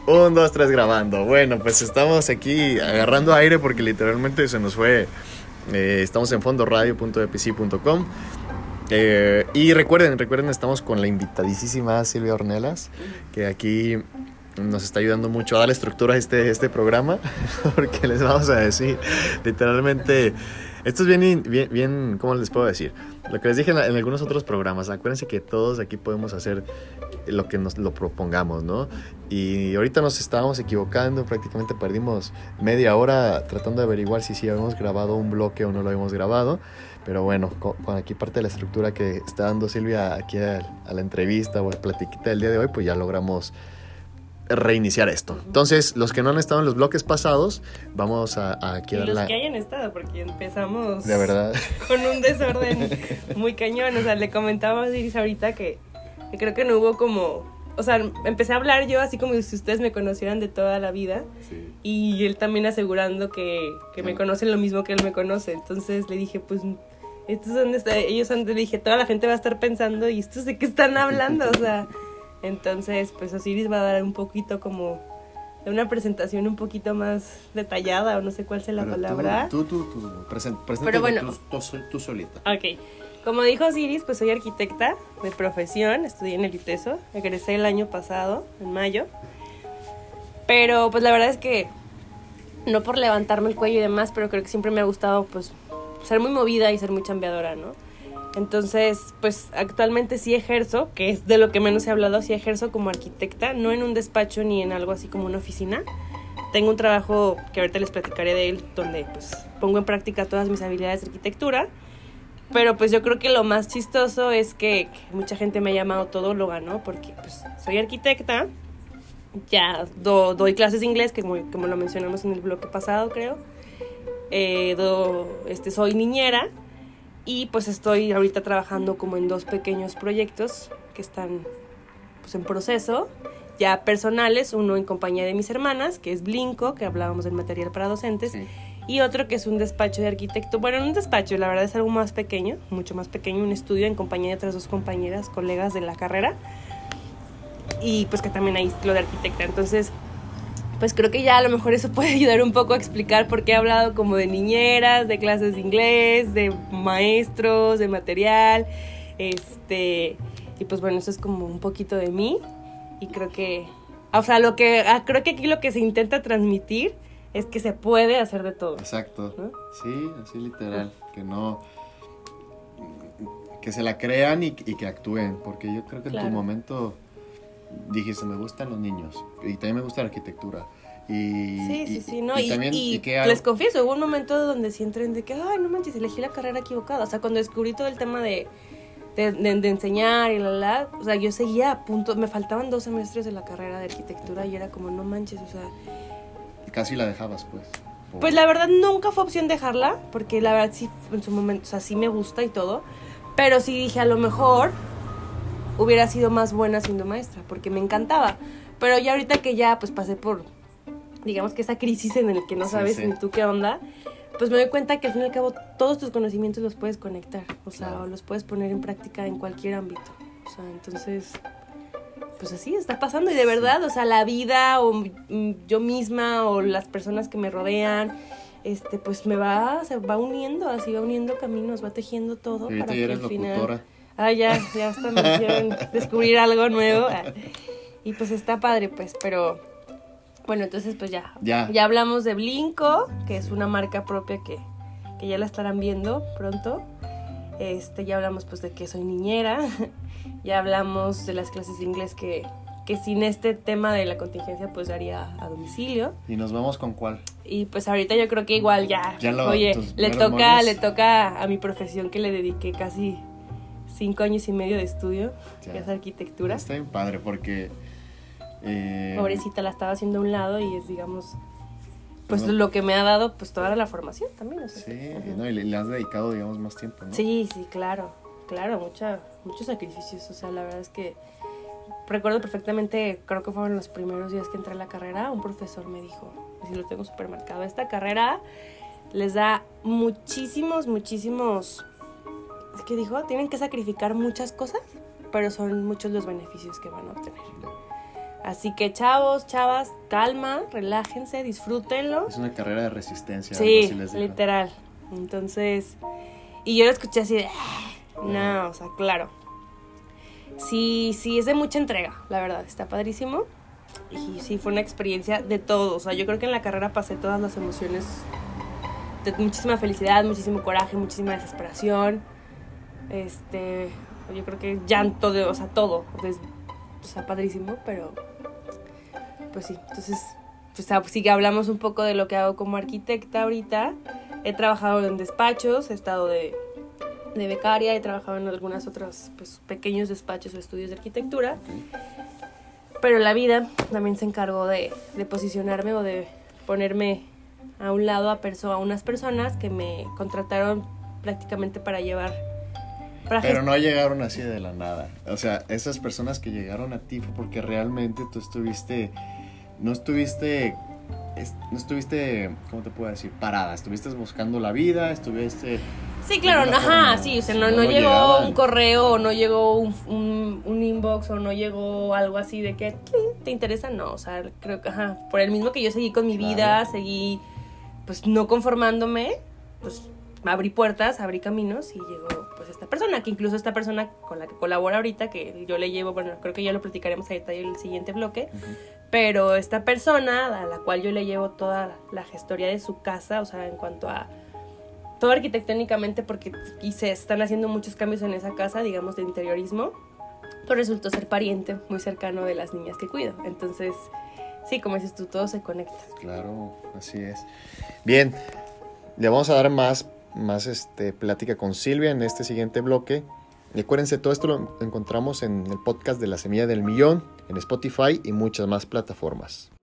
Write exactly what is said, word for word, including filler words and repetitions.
Un, dos, tres, grabando. Bueno, pues estamos aquí agarrando aire porque literalmente se nos fue. Eh, estamos en fondoradio punto e p c punto com. Eh, y recuerden, recuerden, estamos con la invitadísima Silvia Ornelas, que aquí nos está ayudando mucho a darle estructura a este, este programa, porque les vamos a decir, literalmente, esto es bien, bien, bien, ¿cómo les puedo decir? Lo que les dije en, en algunos otros programas, acuérdense que todos aquí podemos hacer lo que nos lo propongamos, ¿no? Y ahorita nos estábamos equivocando, prácticamente perdimos media hora tratando de averiguar si sí habíamos grabado un bloque o no lo habíamos grabado. Pero bueno, con, con aquí parte de la estructura que está dando Silvia aquí a, a la entrevista o a la platiquita del día de hoy, pues ya logramos reiniciar esto. Entonces, los que no han estado en los bloques pasados, vamos a, a aquí y dar los la... que hayan estado, porque empezamos de verdad con un desorden muy cañón. O sea, le comentaba a Iris ahorita que, que creo que no hubo como... O sea, empecé a hablar yo así como si ustedes me conocieran de toda la vida. Sí. Y él también asegurando que, que me conocen lo mismo que él me conoce. Entonces le dije, pues, estos son de, ellos son de, le dije, toda la gente va a estar pensando, ¿y estos de qué están hablando? O sea, entonces, pues Osiris va a dar un poquito como de una presentación un poquito más detallada, o no sé cuál sea la Pero palabra. Tú, tú, tú, tú present, Pero bueno, tú, tú, tú solita. Ok. Como dijo Osiris, pues soy arquitecta de profesión, estudié en el ITESO, egresé el año pasado, en mayo. Pero pues la verdad es que, no por levantarme el cuello y demás, pero creo que siempre me ha gustado pues ser muy movida y ser muy chambeadora, ¿no? Entonces, pues actualmente sí ejerzo, que es de lo que menos he hablado, sí ejerzo como arquitecta, no en un despacho ni en algo así como una oficina. Tengo un trabajo que ahorita les platicaré de él, donde pues pongo en práctica todas mis habilidades de arquitectura. Pero pues yo creo que lo más chistoso es que, que mucha gente me ha llamado todóloga, ¿no? Porque pues soy arquitecta, ya do, doy clases de inglés, que como, como lo mencionamos en el bloque pasado, creo. Eh, do, este, soy niñera y pues estoy ahorita trabajando como en dos pequeños proyectos que están pues en proceso, ya personales, uno en compañía de mis hermanas, que es Blinco, que hablábamos del material para docentes. Sí. Y otro que es un despacho de arquitecto. Bueno, un despacho, la verdad es algo más pequeño, mucho más pequeño, un estudio en compañía de otras dos compañeras, colegas de la carrera. Y pues que también hay lo de arquitecta. Entonces, pues creo que ya a lo mejor eso puede ayudar un poco a explicar por qué he hablado como de niñeras, de clases de inglés, de maestros, de material. Este, y pues bueno, eso es como un poquito de mí. Y creo que, o sea, lo que, creo que aquí lo que se intenta transmitir es que se puede hacer de todo. Exacto, ¿no? Sí, así literal, que no, que se la crean y, y que actúen, porque yo creo que claro. En tu momento dijiste, me gustan los niños, y también me gusta la arquitectura, y... Sí, sí, y, sí, no, y, y, también, y, y que les confieso, hubo un momento donde sí entré en de que, ay, no manches, elegí la carrera equivocada, o sea, cuando descubrí todo el tema de... De, de, de enseñar y la, la, o sea, yo seguía a punto, me faltaban dos semestres de la carrera de arquitectura y era como, no manches, o sea... Casi la dejabas, pues. Por... Pues la verdad nunca fue opción dejarla, porque la verdad sí, en su momento, o sea, sí me gusta y todo, pero sí dije, a lo mejor hubiera sido más buena siendo maestra, porque me encantaba, pero ya ahorita que ya, pues pasé por, digamos que esa crisis en el que no sabes sí, sí. ni tú qué onda, pues me doy cuenta que al fin y al cabo todos tus conocimientos los puedes conectar, o sea, claro. o los puedes poner en práctica en cualquier ámbito, o sea, entonces... Pues así está pasando y de verdad, o sea, la vida o yo misma o las personas que me rodean, este, pues me va, se va uniendo, así va uniendo caminos, va tejiendo todo. Sí, para que al final... locutora. Ah, ya, ya hasta me hicieron descubrir algo nuevo. Y pues está padre, pues, pero bueno, entonces pues ya, ya, ya hablamos de Blinco, que es una marca propia que, que ya la estarán viendo pronto. Este, ya hablamos pues de que soy niñera. Ya hablamos de las clases de inglés que, que sin este tema de la contingencia pues haría a domicilio. ¿Y nos vamos con cuál? Y pues ahorita yo creo que igual ya, ya lo, oye, le toca, monos. le toca a mi profesión que le dediqué casi cinco años y medio de estudio, ya. que es arquitectura. Está bien padre porque... Eh... Pobrecita, la estaba haciendo a un lado y es, digamos, pues no. lo que me ha dado pues toda la formación también. O sea, sí, uh-huh. no, y le, le has dedicado, digamos, más tiempo, ¿no? Sí, sí, claro. Claro, mucha, muchos sacrificios, o sea, la verdad es que recuerdo perfectamente, creo que fueron los primeros días que entré a la carrera, un profesor me dijo, así lo tengo súper marcado, esta carrera les da muchísimos, muchísimos, ¿qué dijo? Tienen que sacrificar muchas cosas, pero son muchos los beneficios que van a obtener. Así que chavos, chavas, calma, relájense, disfrútenlo. Es una carrera de resistencia. Sí, algo así les digo. literal. Entonces, y yo lo escuché así de, "Ah", no, o sea, claro. Sí, sí, es de mucha entrega, la verdad, está padrísimo. Y sí, fue una experiencia de todo. O sea, yo creo que en la carrera pasé todas las emociones de muchísima felicidad, muchísimo coraje, muchísima desesperación. Este, yo creo que llanto, de, o sea, todo. Entonces, o sea, padrísimo, pero pues sí. Entonces, pues sí que hablamos un poco de lo que hago como arquitecta ahorita. He trabajado en despachos, he estado de, de becaria, he trabajado en algunas otras, pues, pequeños despachos o estudios de arquitectura. Pero la vida también se encargó de, de posicionarme o de ponerme a un lado a, perso- a unas personas que me contrataron prácticamente para llevar... Para Pero gest- no llegaron así de la nada. O sea, esas personas que llegaron a ti fue porque realmente tú estuviste... No estuviste... es- no estuviste... ¿Cómo te puedo decir? Parada. Estuviste buscando la vida, estuviste... Sí, claro, de alguna ajá, forma, sí, o sea, si no, no, no no llegó llegaban. un correo o no llegó un, un, un inbox o no llegó algo así de que "Tling, ¿te interesa?". No, o sea, creo que, ajá, por el mismo que yo seguí con mi Claro. vida, seguí, pues, no conformándome, pues, abrí puertas, abrí caminos y llegó, pues, esta persona, que incluso esta persona con la que colabora ahorita, que yo le llevo, bueno, creo que ya lo platicaremos a detalle en el siguiente bloque, Ujú. pero esta persona a la cual yo le llevo toda la gestoría de su casa, o sea, en cuanto a todo arquitectónicamente, porque y se están haciendo muchos cambios en esa casa, digamos, de interiorismo, pues resultó ser pariente muy cercano de las niñas que cuido. Entonces, sí, como dices tú, todo se conecta. Claro, así es. Bien, le vamos a dar más, más este, plática con Silvia en este siguiente bloque. Y acuérdense, todo esto lo encontramos en el podcast de La Semilla del Millón, en Spotify y muchas más plataformas.